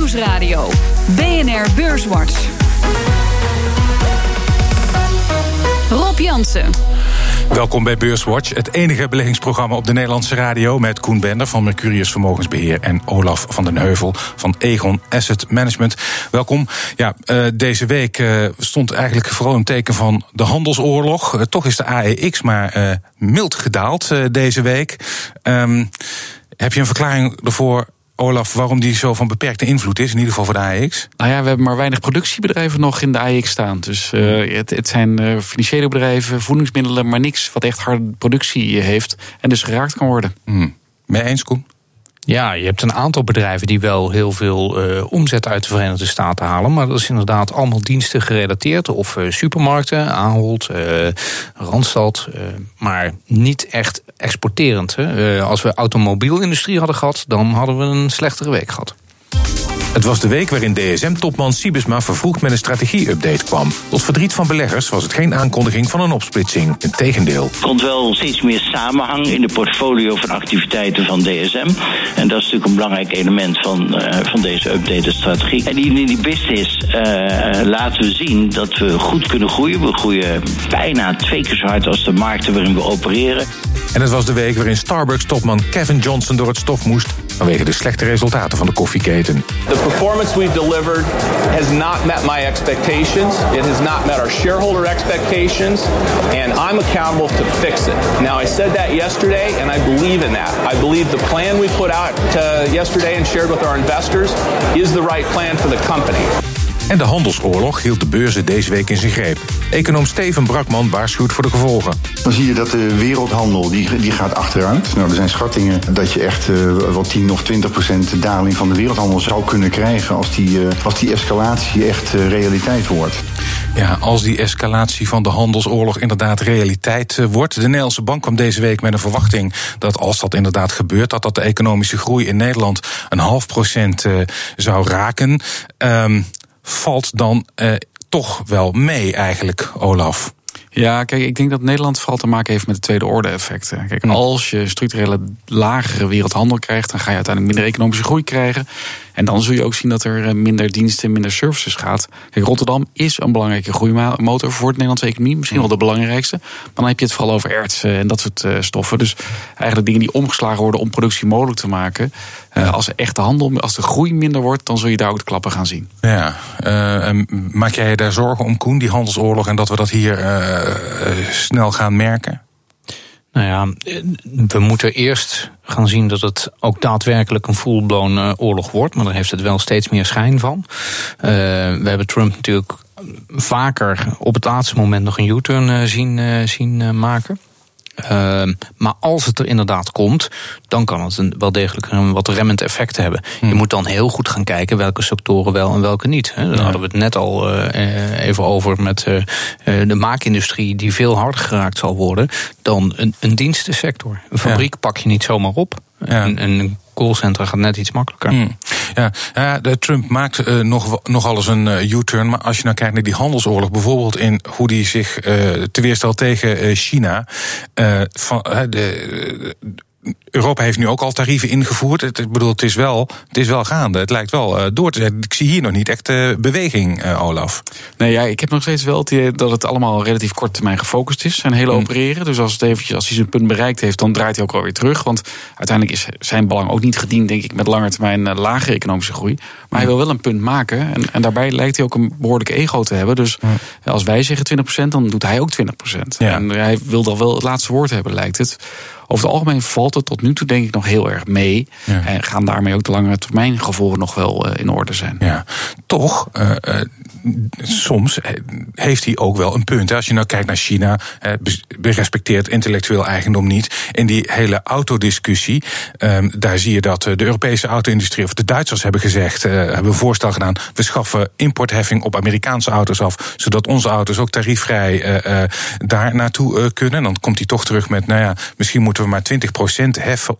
Nieuwsradio. BNR Beurswatch. Rob Jansen. Welkom bij Beurswatch, het enige beleggingsprogramma op de Nederlandse radio met Koen Bender van Mercurius Vermogensbeheer en Olaf van den Heuvel van Aegon Asset Management. Welkom. Ja, deze week stond eigenlijk vooral een teken van de handelsoorlog. Toch is de AEX maar mild gedaald deze week. Heb je een verklaring ervoor, Olaf, waarom die zo van beperkte invloed is, in ieder geval voor de AEX? Nou ja, we hebben maar weinig productiebedrijven nog in de AEX staan. Dus het zijn financiële bedrijven, voedingsmiddelen, maar niks wat echt harde productie heeft en dus geraakt kan worden. Mee eens, Koen? Ja, je hebt een aantal bedrijven die wel heel veel omzet uit de Verenigde Staten halen. Maar dat is inderdaad allemaal diensten gerelateerd. Of supermarkten, Ahold, Randstad. Maar niet echt exporterend. Als we automobielindustrie hadden gehad, dan hadden we een slechtere week gehad. Het was de week waarin DSM-topman Siebesma vervroegd met een strategie-update kwam. Tot verdriet van beleggers was het geen aankondiging van een opsplitsing. Integendeel. Er komt wel steeds meer samenhang in de portfolio van activiteiten van DSM. En dat is natuurlijk een belangrijk element van deze updated strategie. En in die business laten we zien dat we goed kunnen groeien. We groeien bijna 2 keer zo hard als de markten waarin we opereren. En het was de week waarin Starbucks-topman Kevin Johnson door het stof moest vanwege de slechte resultaten van de koffieketen. The performance we've delivered has not met my expectations. It has not met our shareholder expectations. And I'm accountable to fix it. Now, I said that yesterday, and I believe in that. I believe the plan we put out yesterday and shared with our investors is the right plan for the company. En de handelsoorlog hield de beurzen deze week in zijn greep. Econoom Steven Brakman waarschuwt voor de gevolgen. Dan zie je dat de wereldhandel die gaat achteruit. Nou, er zijn schattingen dat je echt wel 10 of 20% daling van de wereldhandel zou kunnen krijgen als die escalatie echt realiteit wordt. Ja, als die escalatie van de handelsoorlog inderdaad realiteit wordt. De Nederlandse Bank kwam deze week met een verwachting dat als dat inderdaad gebeurt, dat de economische groei in Nederland 0,5% zou raken. Valt dan toch wel mee eigenlijk, Olaf? Ja, kijk, ik denk dat Nederland vooral te maken heeft met de tweede orde effecten. Kijk, als je structurele lagere wereldhandel krijgt, dan ga je uiteindelijk minder economische groei krijgen. En dan zul je ook zien dat er minder diensten, minder services gaat. Kijk, Rotterdam is een belangrijke groeimotor voor de Nederlandse economie. Misschien wel de belangrijkste. Maar dan heb je het vooral over ertsen en dat soort stoffen. Dus eigenlijk dingen die omgeslagen worden om productie mogelijk te maken. Als de echte handel, als de groei minder wordt, dan zul je daar ook de klappen gaan zien. Ja, maak jij je daar zorgen om, Koen, die handelsoorlog, en dat we dat hier snel gaan merken? Nou ja, we moeten eerst gaan zien dat het ook daadwerkelijk een full-blown oorlog wordt. Maar daar heeft het wel steeds meer schijn van. We hebben Trump natuurlijk vaker op het laatste moment nog een U-turn zien maken. Maar als het er inderdaad komt, dan kan het wel degelijk een wat remmend effect hebben. Je moet dan heel goed gaan kijken welke sectoren wel en welke niet. Daar hadden we het net al even over met de maakindustrie, die veel harder geraakt zal worden dan een dienstensector. Een fabriek pak je niet zomaar op. Ja. Een callcenter gaat net iets makkelijker. Ja, Trump maakt nogal eens een U-turn. Maar als je nou kijkt naar die handelsoorlog, bijvoorbeeld in hoe die zich teweerstelt tegen China. Europa heeft nu ook al tarieven ingevoerd. Ik bedoel, het is wel gaande. Het lijkt wel door te zetten. Ik zie hier nog niet echt beweging, Olaf. Nee, ja, ik heb nog steeds wel het idee dat het allemaal relatief kort termijn gefocust is. Zijn hele opereren. Dus als hij zijn punt bereikt heeft, dan draait hij ook alweer terug. Want uiteindelijk is zijn belang ook niet gediend, denk ik, met lange termijn lage economische groei. Maar hij wil wel een punt maken. En daarbij lijkt hij ook een behoorlijke ego te hebben. Dus als wij zeggen 20%, dan doet hij ook 20%. Ja. En hij wil dan wel het laatste woord hebben, lijkt het. Over het algemeen valt het tot nu toe denk ik nog heel erg mee. Ja. En gaan daarmee ook de lange termijn gevolgen nog wel in orde zijn. Ja, toch, soms heeft hij ook wel een punt. Als je nou kijkt naar China, respecteert intellectueel eigendom niet. In die hele autodiscussie, daar zie je dat de Europese auto-industrie, of de Duitsers hebben gezegd, hebben een voorstel gedaan, we schaffen importheffing op Amerikaanse auto's af, zodat onze auto's ook tariefvrij daar naartoe kunnen. Dan komt hij toch terug met, nou ja, misschien moeten we maar 20% heffen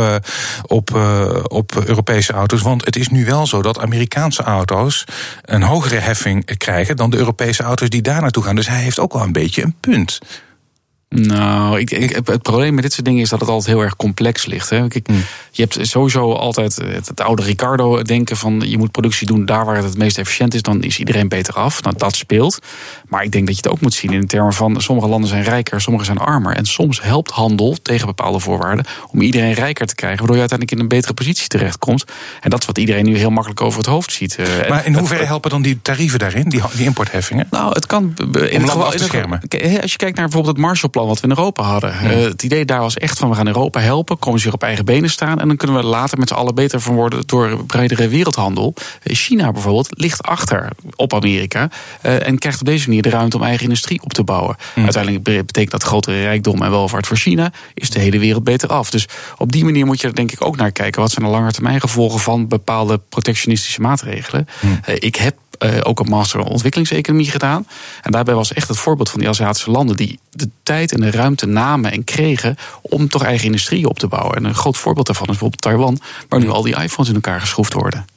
op Europese auto's. Want het is nu wel zo dat Amerikaanse auto's een hogere heffing krijgen dan de Europese auto's die daar naartoe gaan. Dus hij heeft ook wel een beetje een punt. Nou, het probleem met dit soort dingen is dat het altijd heel erg complex ligt. Hè. Je hebt sowieso altijd het oude Ricardo-denken van je moet productie doen daar waar het meest efficiënt is, dan is iedereen beter af. Nou, dat speelt. Maar ik denk dat je het ook moet zien in de termen van sommige landen zijn rijker, sommige zijn armer. En soms helpt handel tegen bepaalde voorwaarden om iedereen rijker te krijgen, waardoor je uiteindelijk in een betere positie terechtkomt. En dat is wat iedereen nu heel makkelijk over het hoofd ziet. Maar in hoeverre helpen dan die tarieven daarin, die importheffingen? Nou, het kan om landen af te schermen. Als je kijkt naar bijvoorbeeld het Marshallplan wat we in Europa hadden. Het idee daar was echt van we gaan Europa helpen, komen ze weer op eigen benen staan en dan kunnen we later met z'n allen beter van worden door bredere wereldhandel. China bijvoorbeeld ligt achter op Amerika en krijgt op deze manier de ruimte om eigen industrie op te bouwen. Uiteindelijk betekent dat grotere rijkdom en welvaart voor China, is de hele wereld beter af. Dus op die manier moet je er denk ik ook naar kijken. Wat zijn de langetermijn gevolgen van bepaalde protectionistische maatregelen? Ik heb ook een master ontwikkelingseconomie gedaan. En daarbij was echt het voorbeeld van die Aziatische landen die de tijd en de ruimte namen en kregen om toch eigen industrie op te bouwen. En een groot voorbeeld daarvan is bijvoorbeeld Taiwan, waar nu al die iPhones in elkaar geschroefd worden.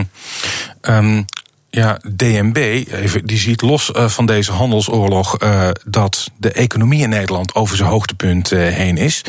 DNB, die ziet los van deze handelsoorlog dat de economie in Nederland over zijn hoogtepunt heen is.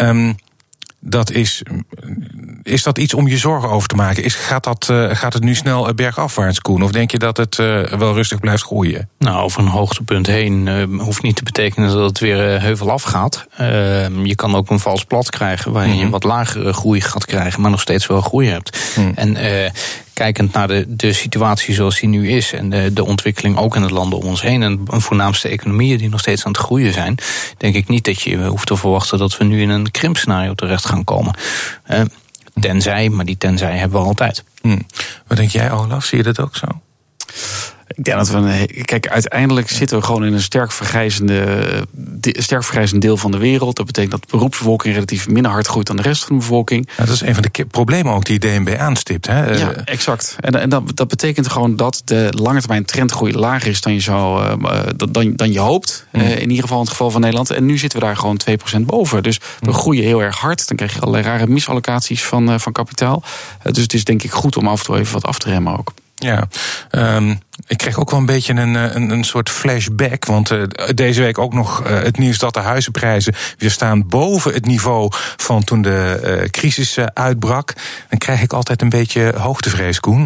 Is dat iets om je zorgen over te maken? Gaat het nu snel bergafwaarts, Koen? Of denk je dat het wel rustig blijft groeien? Nou, over een hoogtepunt heen hoeft niet te betekenen dat het weer heuvelaf gaat. Je kan ook een vals plat krijgen waarin je wat lagere groei gaat krijgen, maar nog steeds wel groei hebt. En kijkend naar de situatie zoals die nu is en de ontwikkeling ook in de landen om ons heen en voornaamste economieën die nog steeds aan het groeien zijn, denk ik niet dat je hoeft te verwachten dat we nu in een krimpscenario terecht gaan komen. Tenzij, maar die tenzij hebben we altijd. Wat denk jij, Olaf? Zie je dat ook zo? Ik denk dat kijk, uiteindelijk zitten we gewoon in een sterk vergrijzend deel van de wereld. Dat betekent dat de beroepsbevolking relatief minder hard groeit dan de rest van de bevolking. Nou, dat is een van de problemen ook die DNB aanstipt. Hè? Ja, exact. En dat betekent gewoon dat de langetermijn trendgroei lager is dan je hoopt. In ieder geval in het geval van Nederland. En nu zitten we daar gewoon 2% boven. Dus we groeien heel erg hard. Dan krijg je allerlei rare misallocaties van kapitaal. Dus het is denk ik goed om af en toe even wat af te remmen ook. Ja, ik kreeg ook wel een beetje een soort flashback. Want deze week ook nog het nieuws dat de huizenprijzen weer staan boven het niveau van toen de crisis uitbrak. Dan krijg ik altijd een beetje hoogtevrees, Koen.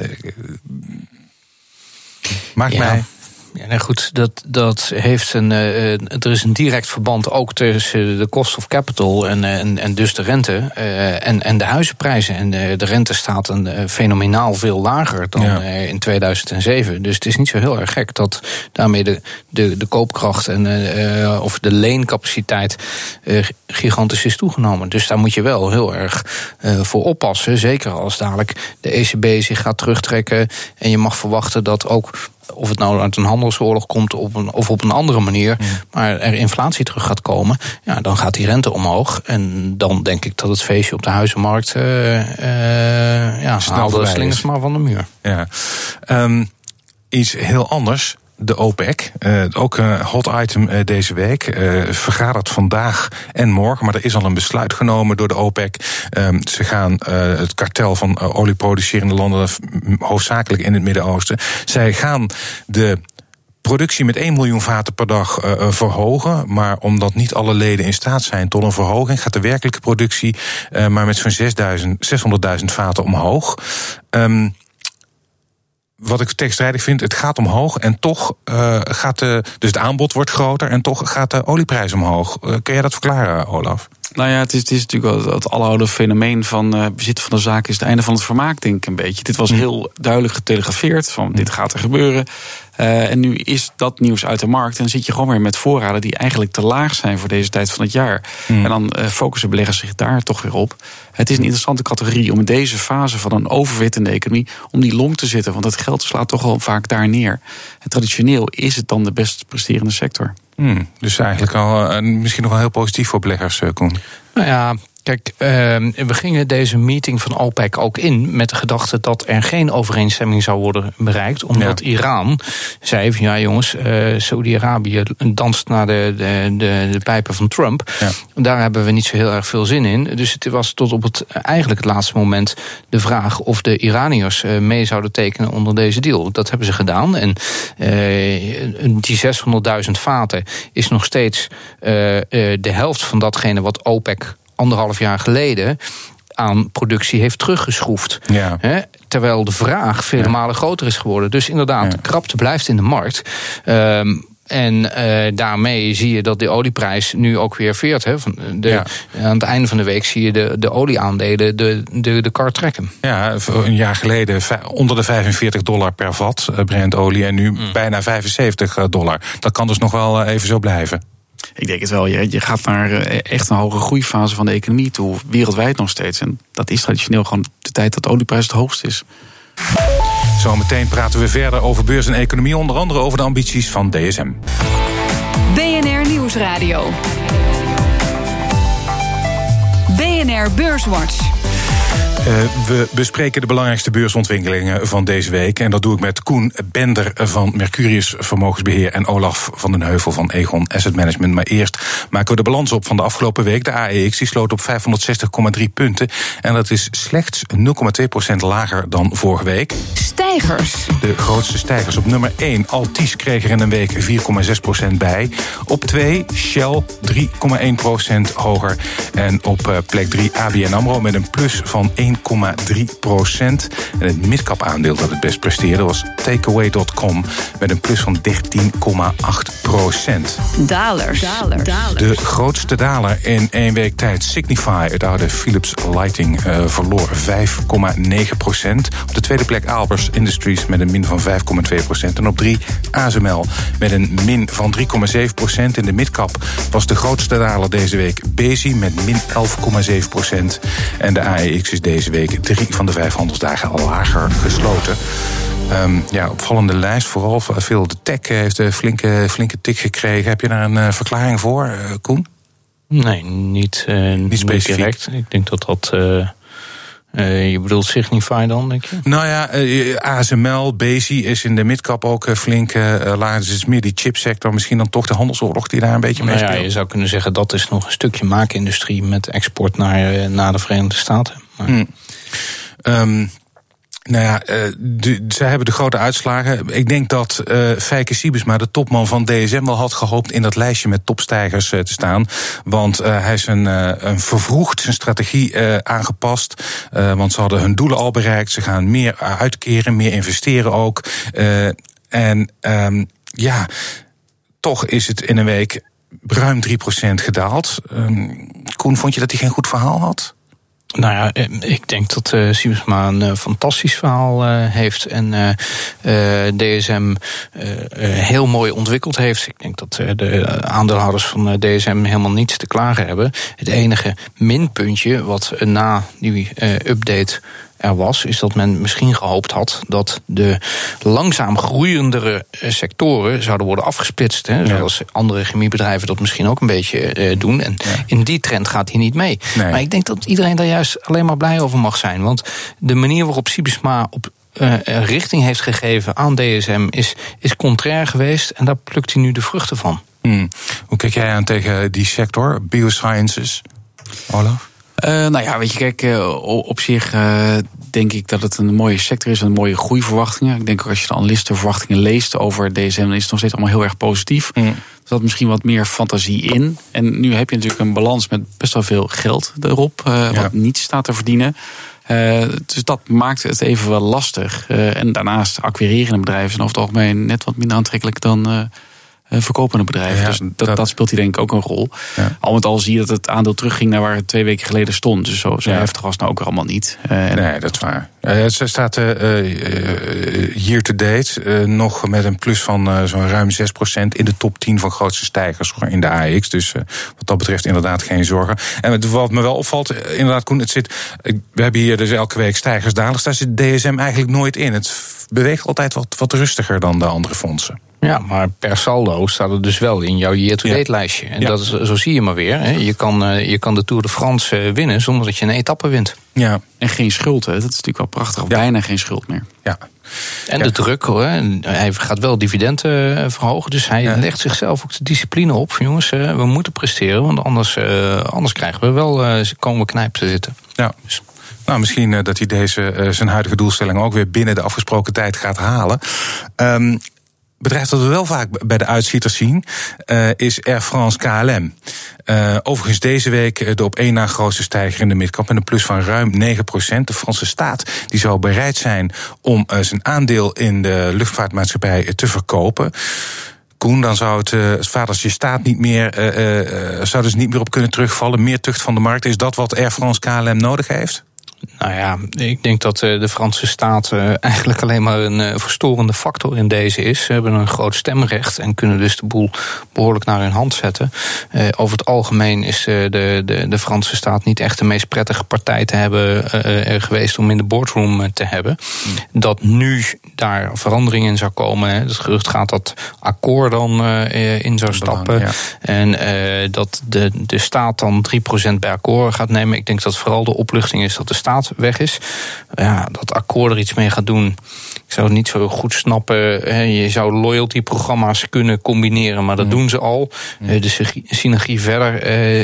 Mij... Ja, nee, goed, dat heeft er is een direct verband ook tussen de cost of capital en dus de rente en de huizenprijzen. En de rente staat fenomenaal veel lager dan in 2007. Dus het is niet zo heel erg gek dat daarmee de koopkracht of de leencapaciteit gigantisch is toegenomen. Dus daar moet je wel heel erg voor oppassen. Zeker als dadelijk de ECB zich gaat terugtrekken en je mag verwachten dat ook, of het nou uit een handelsoorlog komt of op een andere manier, maar er inflatie terug gaat komen, ja, dan gaat die rente omhoog. En dan denk ik dat het feestje op de huizenmarkt haal de slingers maar van de muur. Ja. Iets heel anders. De OPEC, ook een hot item deze week, vergadert vandaag en morgen, maar er is al een besluit genomen door de OPEC. Ze gaan het kartel van olieproducerende landen, hoofdzakelijk in het Midden-Oosten, zij gaan de productie met 1 miljoen vaten per dag verhogen. Maar omdat niet alle leden in staat zijn tot een verhoging, gaat de werkelijke productie maar met zo'n 600.000 vaten omhoog. Wat ik tegenstrijdig vind, het gaat omhoog en toch dus het aanbod wordt groter en toch gaat de olieprijs omhoog. Kun jij dat verklaren, Olaf? Nou ja, het is natuurlijk wel het aloude fenomeen van bezit van de zaak is het einde van het vermaak, denk ik een beetje. Dit was heel duidelijk getelegrafeerd van dit gaat er gebeuren. En nu is dat nieuws uit de markt en dan zit je gewoon weer met voorraden die eigenlijk te laag zijn voor deze tijd van het jaar. En dan focussen beleggers zich daar toch weer op. Het is een interessante categorie om in deze fase van een overwittende economie om die long te zitten, want het geld slaat toch wel vaak daar neer. En traditioneel is het dan de best presterende sector. Dus eigenlijk al misschien nog wel heel positief voor beleggers, Koen. Nou ja, Kijk, we gingen deze meeting van OPEC ook in met de gedachte dat er geen overeenstemming zou worden bereikt. Omdat Iran zei van ja jongens, Saudi-Arabië danst naar de pijpen van Trump. Ja. Daar hebben we niet zo heel erg veel zin in. Dus het was tot op het laatste moment de vraag of de Iraniërs mee zouden tekenen onder deze deal. Dat hebben ze gedaan. En die 600.000 vaten is nog steeds de helft van datgene wat OPEC 1,5 jaar geleden aan productie heeft teruggeschroefd. Ja. Terwijl de vraag vele malen groter is geworden. Dus inderdaad, de krapte blijft in de markt. En daarmee zie je dat de olieprijs nu ook weer veert. Hè. Aan het einde van de week zie je de olieaandelen de kar trekken. Ja, een jaar geleden onder de $45 per vat Brent-olie en nu bijna $75. Dat kan dus nog wel even zo blijven. Ik denk het wel. Je gaat naar echt een hoge groeifase van de economie toe. Wereldwijd nog steeds. En dat is traditioneel gewoon de tijd dat de olieprijs het hoogst is. Zometeen praten we verder over beurs en economie. Onder andere over de ambities van DSM. BNR Nieuwsradio. BNR Beurswatch. We bespreken de belangrijkste beursontwikkelingen van deze week. En dat doe ik met Koen Bender van Mercurius Vermogensbeheer en Olaf van den Heuvel van Egon Asset Management. Maar eerst maken we de balans op van de afgelopen week. De AEX die sloot op 560,3 punten. En dat is slechts 0,2% lager dan vorige week. Stijgers. De grootste stijgers op nummer 1. Altis kreeg er in een week 4,6% bij. Op 2 Shell 3,1% hoger. En op plek 3 ABN AMRO met een plus van 1,3%. En het midcap aandeel dat het best presteerde was Takeaway.com met een plus van 13,8%. Dalers. De grootste daler in 1 week tijd, Signify, het oude Philips Lighting, verloor 5,9%. Op de tweede plek Albers Industries met een min van 5,2%. En op 3 ASML met een min van 3,7%. In de midcap was de grootste daler deze week Besi met min 11,7%. En de AEX is deze week 3 van de 5 handelsdagen al lager gesloten. Opvallende lijst. Vooral veel de tech heeft een flinke tik gekregen. Heb je daar een verklaring voor, Koen? Nee, niet specifiek. Direct. Ik denk dat je bedoelt Signify dan, denk je? Nou ja, ASML, Besi is in de midcap ook flink laag. Dus het is meer die chipsector, misschien dan toch de handelsoorlog die daar een beetje mee speelt. Ja, je zou kunnen zeggen dat is nog een stukje maakindustrie met export naar de Verenigde Staten. Zij hebben de grote uitslagen. Ik denk dat Feike Sijbesma, de topman van DSM, wel had gehoopt in dat lijstje met topstijgers te staan. Want hij is vervroegd zijn strategie aangepast. Want ze hadden hun doelen al bereikt. Ze gaan meer uitkeren, meer investeren ook. Toch is het in een week ruim 3% gedaald. Koen, vond je dat hij geen goed verhaal had? Nou ja, ik denk dat Sijbesma een fantastisch verhaal heeft en DSM heel mooi ontwikkeld heeft. Ik denk dat de aandeelhouders van DSM helemaal niets te klagen hebben. Het enige minpuntje wat na die update er was, is dat men misschien gehoopt had dat de langzaam groeiendere sectoren zouden worden afgesplitst. Hè, zoals andere chemiebedrijven dat misschien ook een beetje doen. En in die trend gaat hij niet mee. Nee. Maar ik denk dat iedereen daar juist alleen maar blij over mag zijn. Want de manier waarop Sijbesma op richting heeft gegeven aan DSM is contrair geweest. En daar plukt hij nu de vruchten van. Hoe kijk jij aan tegen die sector, biosciences, Olaf? Op zich denk ik dat het een mooie sector is, een mooie groeiverwachtingen. Ik denk ook als je de analistenverwachtingen leest over DSM, dan is het nog steeds allemaal heel erg positief. Er zat misschien wat meer fantasie in. En nu heb je natuurlijk een balans met best wel veel geld erop, wat niet staat te verdienen. Dus dat maakt het even wel lastig. En daarnaast acquirerende bedrijven zijn over het algemeen net wat minder aantrekkelijk dan verkopende bedrijven. Ja, dus dat speelt hier denk ik ook een rol. Ja. Al met al zie je dat het aandeel terugging naar waar het 2 weken geleden stond. Dus zo heftig was het nou ook allemaal niet. Nee, dat is waar. Ze staat year to date nog met een plus van zo'n ruim 6% in de top 10 van grootste stijgers in de AEX. Dus wat dat betreft inderdaad geen zorgen. En wat me wel opvalt, inderdaad Koen, we hebben hier dus elke week stijgers, dalers. Daar zit DSM eigenlijk nooit in. Het beweegt altijd wat rustiger dan de andere fondsen. Ja, maar per saldo staat het dus wel in jouw year-to-date lijstje. En dat is, zo zie je maar weer. Hè. Je kan de Tour de France winnen zonder dat je een etappe wint. Ja, en geen schuld, hè. Dat is natuurlijk wel prachtig. Of bijna geen schuld meer. Ja. En de druk, hoor. Hij gaat wel dividenden verhogen. Dus hij legt zichzelf ook de discipline op. Jongens, we moeten presteren, want anders krijgen we wel, komen we knijp te zitten. Ja. Dus. Nou, misschien dat hij zijn huidige doelstelling ook weer binnen de afgesproken tijd gaat halen. Bedrijf dat we wel vaak bij de uitschieters zien, is Air France KLM. Overigens deze week de op één na grootste stijger in de midcap met een plus van ruim 9%. De Franse staat die zou bereid zijn om zijn aandeel in de luchtvaartmaatschappij te verkopen. Koen, dan zou het vaders je staat niet meer, zouden ze niet meer op kunnen terugvallen. Meer tucht van de markt. Is dat wat Air France KLM nodig heeft? Nou ja, ik denk dat de Franse staat eigenlijk alleen maar een verstorende factor in deze is. Ze hebben een groot stemrecht en kunnen dus de boel behoorlijk naar hun hand zetten. Over het algemeen is de Franse staat niet echt de meest prettige partij te hebben geweest om in de boardroom te hebben. Dat nu daar verandering in zou komen. Het gerucht gaat dat Accor dan in zou stappen. Ja. En dat de staat dan 3% bij Accor gaat nemen. Ik denk dat vooral de opluchting is dat de staat weg is. Ja, dat Accor er iets mee gaat doen, ik zou het niet zo goed snappen. Je zou loyalty-programma's kunnen combineren, maar dat doen ze al. De synergie verder,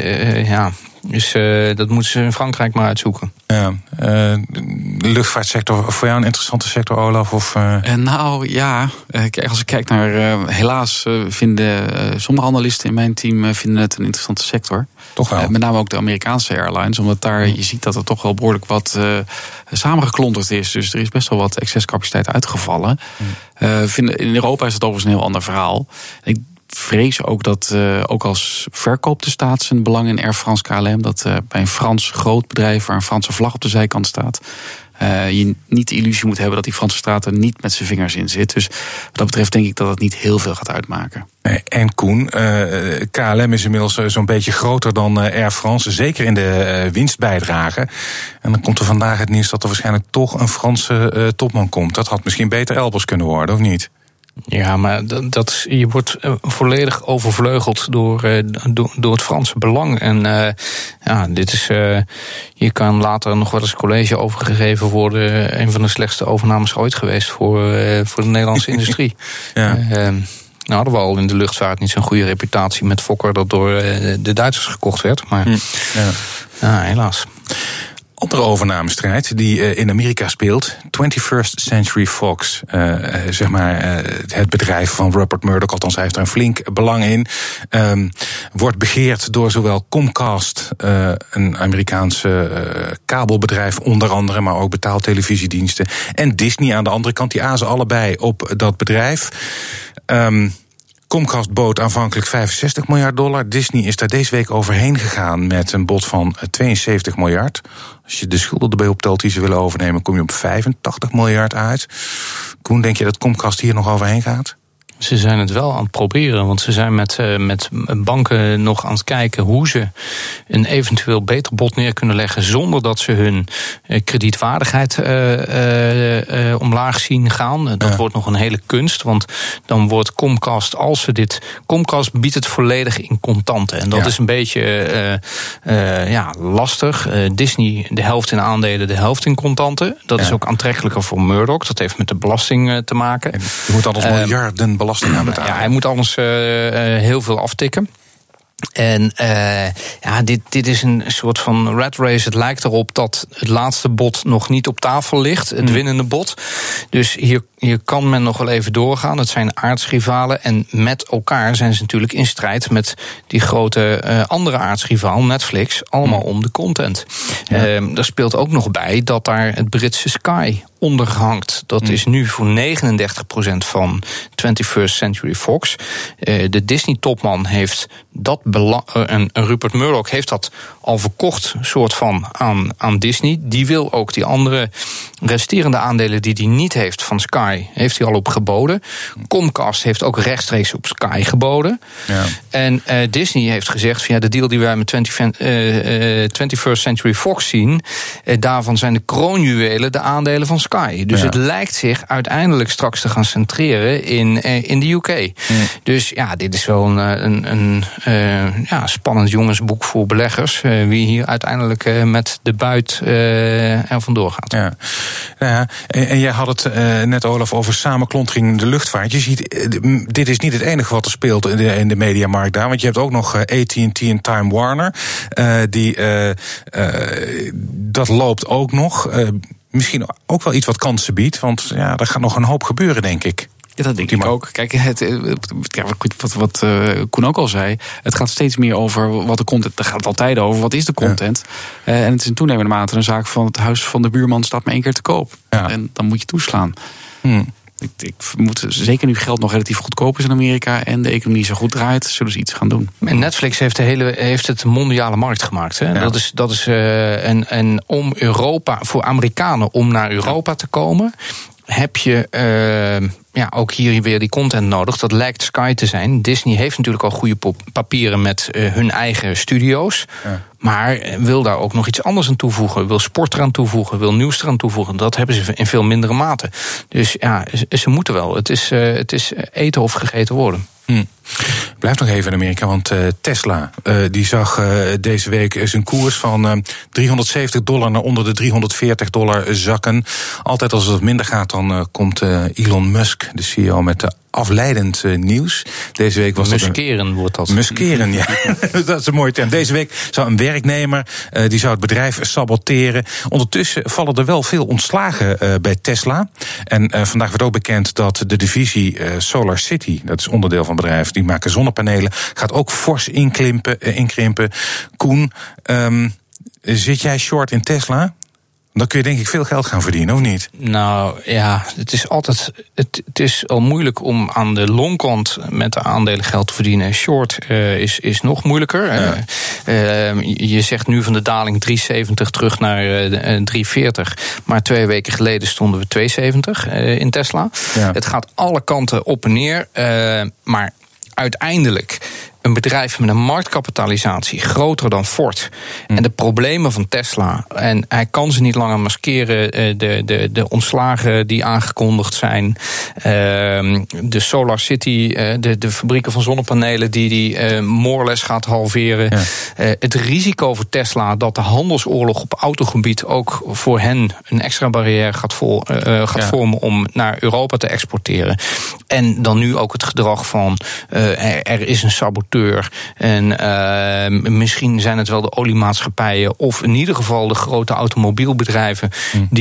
dus dat moeten ze in Frankrijk maar uitzoeken. Ja, de luchtvaartsector, voor jou een interessante sector, Olaf? Of, Nou ja, als ik kijk naar, helaas vinden sommige analisten in mijn team vinden het een interessante sector. Toch wel? Met name ook de Amerikaanse airlines, omdat daar je ziet dat er toch wel behoorlijk wat samengeklonterd is. Dus er is best wel wat excescapaciteit uitgevallen. In Europa is het overigens een heel ander verhaal. Ik vrees ook dat, ook als verkoopt de staat zijn belang in Air France KLM, dat bij een Frans groot bedrijf waar een Franse vlag op de zijkant staat, je niet de illusie moet hebben dat die Franse staat er niet met zijn vingers in zit. Dus wat dat betreft denk ik dat het niet heel veel gaat uitmaken. En Koen, KLM is inmiddels zo'n beetje groter dan Air France, zeker in de winstbijdrage. En dan komt er vandaag het nieuws dat er waarschijnlijk toch een Franse topman komt. Dat had misschien beter elders kunnen worden, of niet? Ja, maar je wordt volledig overvleugeld door het Franse belang. En dit is. Je kan later nog wel eens college overgegeven worden. Een van de slechtste overnames ooit geweest voor de Nederlandse industrie. Ja. Nou hadden we al in de luchtvaart niet zo'n goede reputatie met Fokker dat door de Duitsers gekocht werd. Maar helaas. Andere overnamestrijd die in Amerika speelt, 21st Century Fox. Het bedrijf van Rupert Murdoch, althans hij heeft er een flink belang in. Wordt begeerd door zowel Comcast, een Amerikaanse kabelbedrijf onder andere, maar ook betaaltelevisiediensten, en Disney aan de andere kant. Die azen allebei op dat bedrijf. Comcast bood aanvankelijk $65 miljard. Disney is daar deze week overheen gegaan met een bod van 72 miljard. Als je de schulden erbij optelt die ze willen overnemen, kom je op 85 miljard uit. Koen, denk je dat Comcast hier nog overheen gaat? Ze zijn het wel aan het proberen, want ze zijn met banken nog aan het kijken hoe ze een eventueel beter bod neer kunnen leggen zonder dat ze hun kredietwaardigheid omlaag zien gaan. Dat wordt nog een hele kunst, want dan wordt Comcast, Comcast biedt het volledig in contanten. En dat is een beetje lastig. Disney de helft in aandelen, de helft in contanten. Dat is ook aantrekkelijker voor Murdoch. Dat heeft met de belasting te maken. En je moet anders miljarden belasting aan betalen. Ja, hij moet anders heel veel aftikken. En dit is een soort van rat race. Het lijkt erop dat het laatste bod nog niet op tafel ligt. Het winnende bod. Dus hier kan men nog wel even doorgaan. Het zijn aardsrivalen. En met elkaar zijn ze natuurlijk in strijd met die grote andere aardsrivaal, Netflix. Allemaal om de content. Ja. Er speelt ook nog bij dat daar het Britse Sky onder hangt. Dat is nu voor 39% van 21st Century Fox. De Disney-topman heeft dat en Rupert Murdoch heeft dat al verkocht, soort van aan Disney. Die wil ook die andere resterende aandelen die hij niet heeft van Sky, heeft hij al op geboden. Comcast heeft ook rechtstreeks op Sky geboden. Ja. En Disney heeft gezegd van de deal die wij met 21st Century Fox zien, daarvan zijn de kroonjuwelen de aandelen van Sky. Sky. Dus het lijkt zich uiteindelijk straks te gaan centreren in de UK. Dus ja, dit is wel een spannend jongensboek voor beleggers. Wie hier uiteindelijk met de buit er vandoor gaat. Ja. Ja, en jij had het net, Olaf, over samenklontering in de luchtvaart. Je ziet, dit is niet het enige wat er speelt in de mediamarkt daar. Want je hebt ook nog AT&T en Time Warner. Dat loopt ook nog. Misschien ook wel iets wat kansen biedt. Want ja, er gaat nog een hoop gebeuren, denk ik. Ja, dat denk ik ook. Kijk, wat Koen ook al zei, het gaat steeds meer over wat de content. Daar gaat het altijd over. Wat is de content? Ja. En het is in toenemende mate een zaak van het huis van de buurman staat maar 1 keer te koop. Ja. En dan moet je toeslaan. Ik vermoed, zeker nu geld nog relatief goedkoop is in Amerika en de economie zo goed draait, zullen ze iets gaan doen. En Netflix heeft het een mondiale markt gemaakt. Hè? Ja. Dat is en om Europa, voor Amerikanen om naar Europa te komen, heb je ook hier weer die content nodig. Dat lijkt Sky te zijn. Disney heeft natuurlijk al goede papieren met hun eigen studio's. Ja. Maar wil daar ook nog iets anders aan toevoegen. Wil sport eraan toevoegen. Wil nieuws eraan toevoegen. Dat hebben ze in veel mindere mate. Dus ja, ze moeten wel. Het is eten of gegeten worden. Blijf nog even in Amerika, want Tesla die zag deze week zijn koers van $370 naar onder de $340 zakken. Altijd als het minder gaat, dan komt Elon Musk, de CEO, met de afleidend nieuws. Deze week was Muskeren wordt dat. Muskeren, ja. Dat is een mooie term. Deze week zou een werknemer, die zou het bedrijf saboteren. Ondertussen vallen er wel veel ontslagen bij Tesla. En vandaag werd ook bekend dat de divisie Solar City, dat is onderdeel van het bedrijf, die maken zonnepanelen, gaat ook fors inkrimpen. Koen, zit jij short in Tesla? Dan kun je denk ik veel geld gaan verdienen, of niet? Nou ja, het is al moeilijk om aan de longkant met de aandelen geld te verdienen. Short is nog moeilijker. Ja. Je zegt nu van de daling 370 terug naar 340. Maar 2 weken geleden stonden we 270 in Tesla. Ja. Het gaat alle kanten op en neer. Maar uiteindelijk een bedrijf met een marktkapitalisatie groter dan Ford. En de problemen van Tesla. En hij kan ze niet langer maskeren. De ontslagen die aangekondigd zijn. De Solar City, de fabrieken van zonnepanelen die more or less gaat halveren. Ja. Het risico voor Tesla dat de handelsoorlog op autogebied ook voor hen een extra barrière gaat vormen om naar Europa te exporteren. En dan nu ook het gedrag van er is een saboteur. En misschien zijn het wel de oliemaatschappijen of in ieder geval de grote automobielbedrijven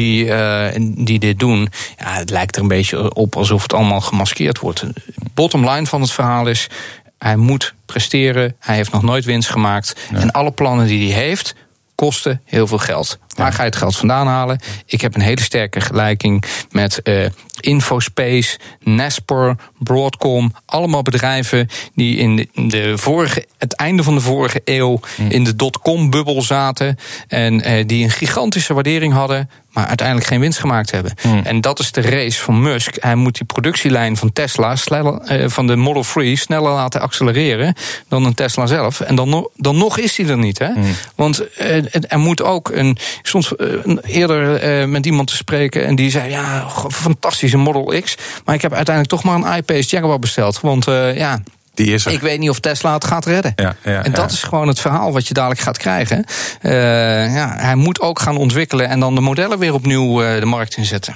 die dit doen. Ja, het lijkt er een beetje op alsof het allemaal gemaskeerd wordt. Bottom line van het verhaal is, hij moet presteren. Hij heeft nog nooit winst gemaakt. Ja. En alle plannen die hij heeft kosten heel veel geld. Waar ga je het geld vandaan halen? Ik heb een hele sterke gelijking met Infospace, Naspers, Broadcom. Allemaal bedrijven die in het einde van de vorige eeuw in de dotcom-bubbel zaten. En die een gigantische waardering hadden, maar uiteindelijk geen winst gemaakt hebben. En dat is de race van Musk. Hij moet die productielijn van Tesla, van de Model 3, sneller laten accelereren dan een Tesla zelf. En dan nog is hij er niet. Hè? Want er moet ook soms eerder met iemand te spreken en die zei, ja, fantastische Model X, maar ik heb uiteindelijk toch maar een I-Pace Jaguar besteld. Want die is er. Ik weet niet of Tesla het gaat redden. En dat is gewoon het verhaal wat je dadelijk gaat krijgen. Hij moet ook gaan ontwikkelen en dan de modellen weer opnieuw de markt inzetten.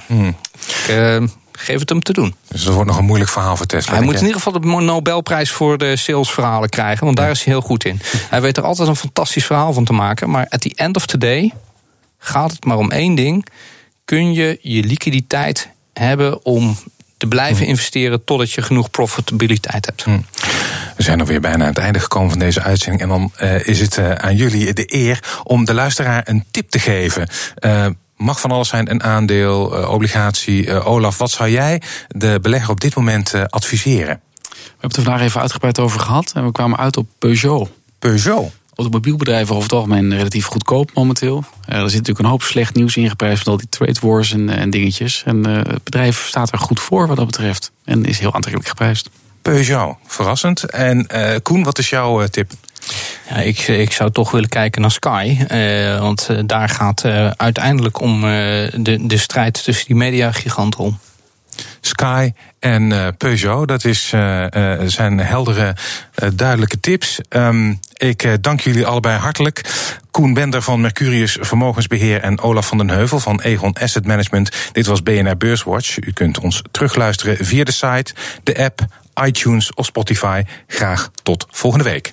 Geef het hem te doen. Dus dat wordt nog een moeilijk verhaal voor Tesla. Hij moet in ieder geval de Nobelprijs voor de salesverhalen krijgen, want daar is hij heel goed in. Hij weet er altijd een fantastisch verhaal van te maken, maar at the end of the day gaat het maar om één ding. Kun je liquiditeit hebben om te blijven investeren totdat je genoeg profitabiliteit hebt. We zijn alweer bijna aan het einde gekomen van deze uitzending. En dan is het aan jullie de eer om de luisteraar een tip te geven. Mag van alles zijn, een aandeel, obligatie. Olaf, wat zou jij de belegger op dit moment adviseren? We hebben het er vandaag even uitgebreid over gehad. En we kwamen uit op Peugeot. Peugeot? Automobielbedrijven over het algemeen relatief goedkoop momenteel. Er zit natuurlijk een hoop slecht nieuws ingeprijsd met al die trade wars en dingetjes. En het bedrijf staat er goed voor wat dat betreft. En is heel aantrekkelijk geprijsd. Peugeot, verrassend. En Koen, wat is jouw tip? Ja, ik zou toch willen kijken naar Sky. Want daar gaat uiteindelijk om de strijd tussen die mediagiganten om. Sky en Peugeot, dat zijn heldere, duidelijke tips. Ik dank jullie allebei hartelijk. Koen Bender van Mercurius Vermogensbeheer en Olaf van den Heuvel van Aegon Asset Management. Dit was BNR Beurswatch. U kunt ons terugluisteren via de site, de app, iTunes of Spotify. Graag tot volgende week.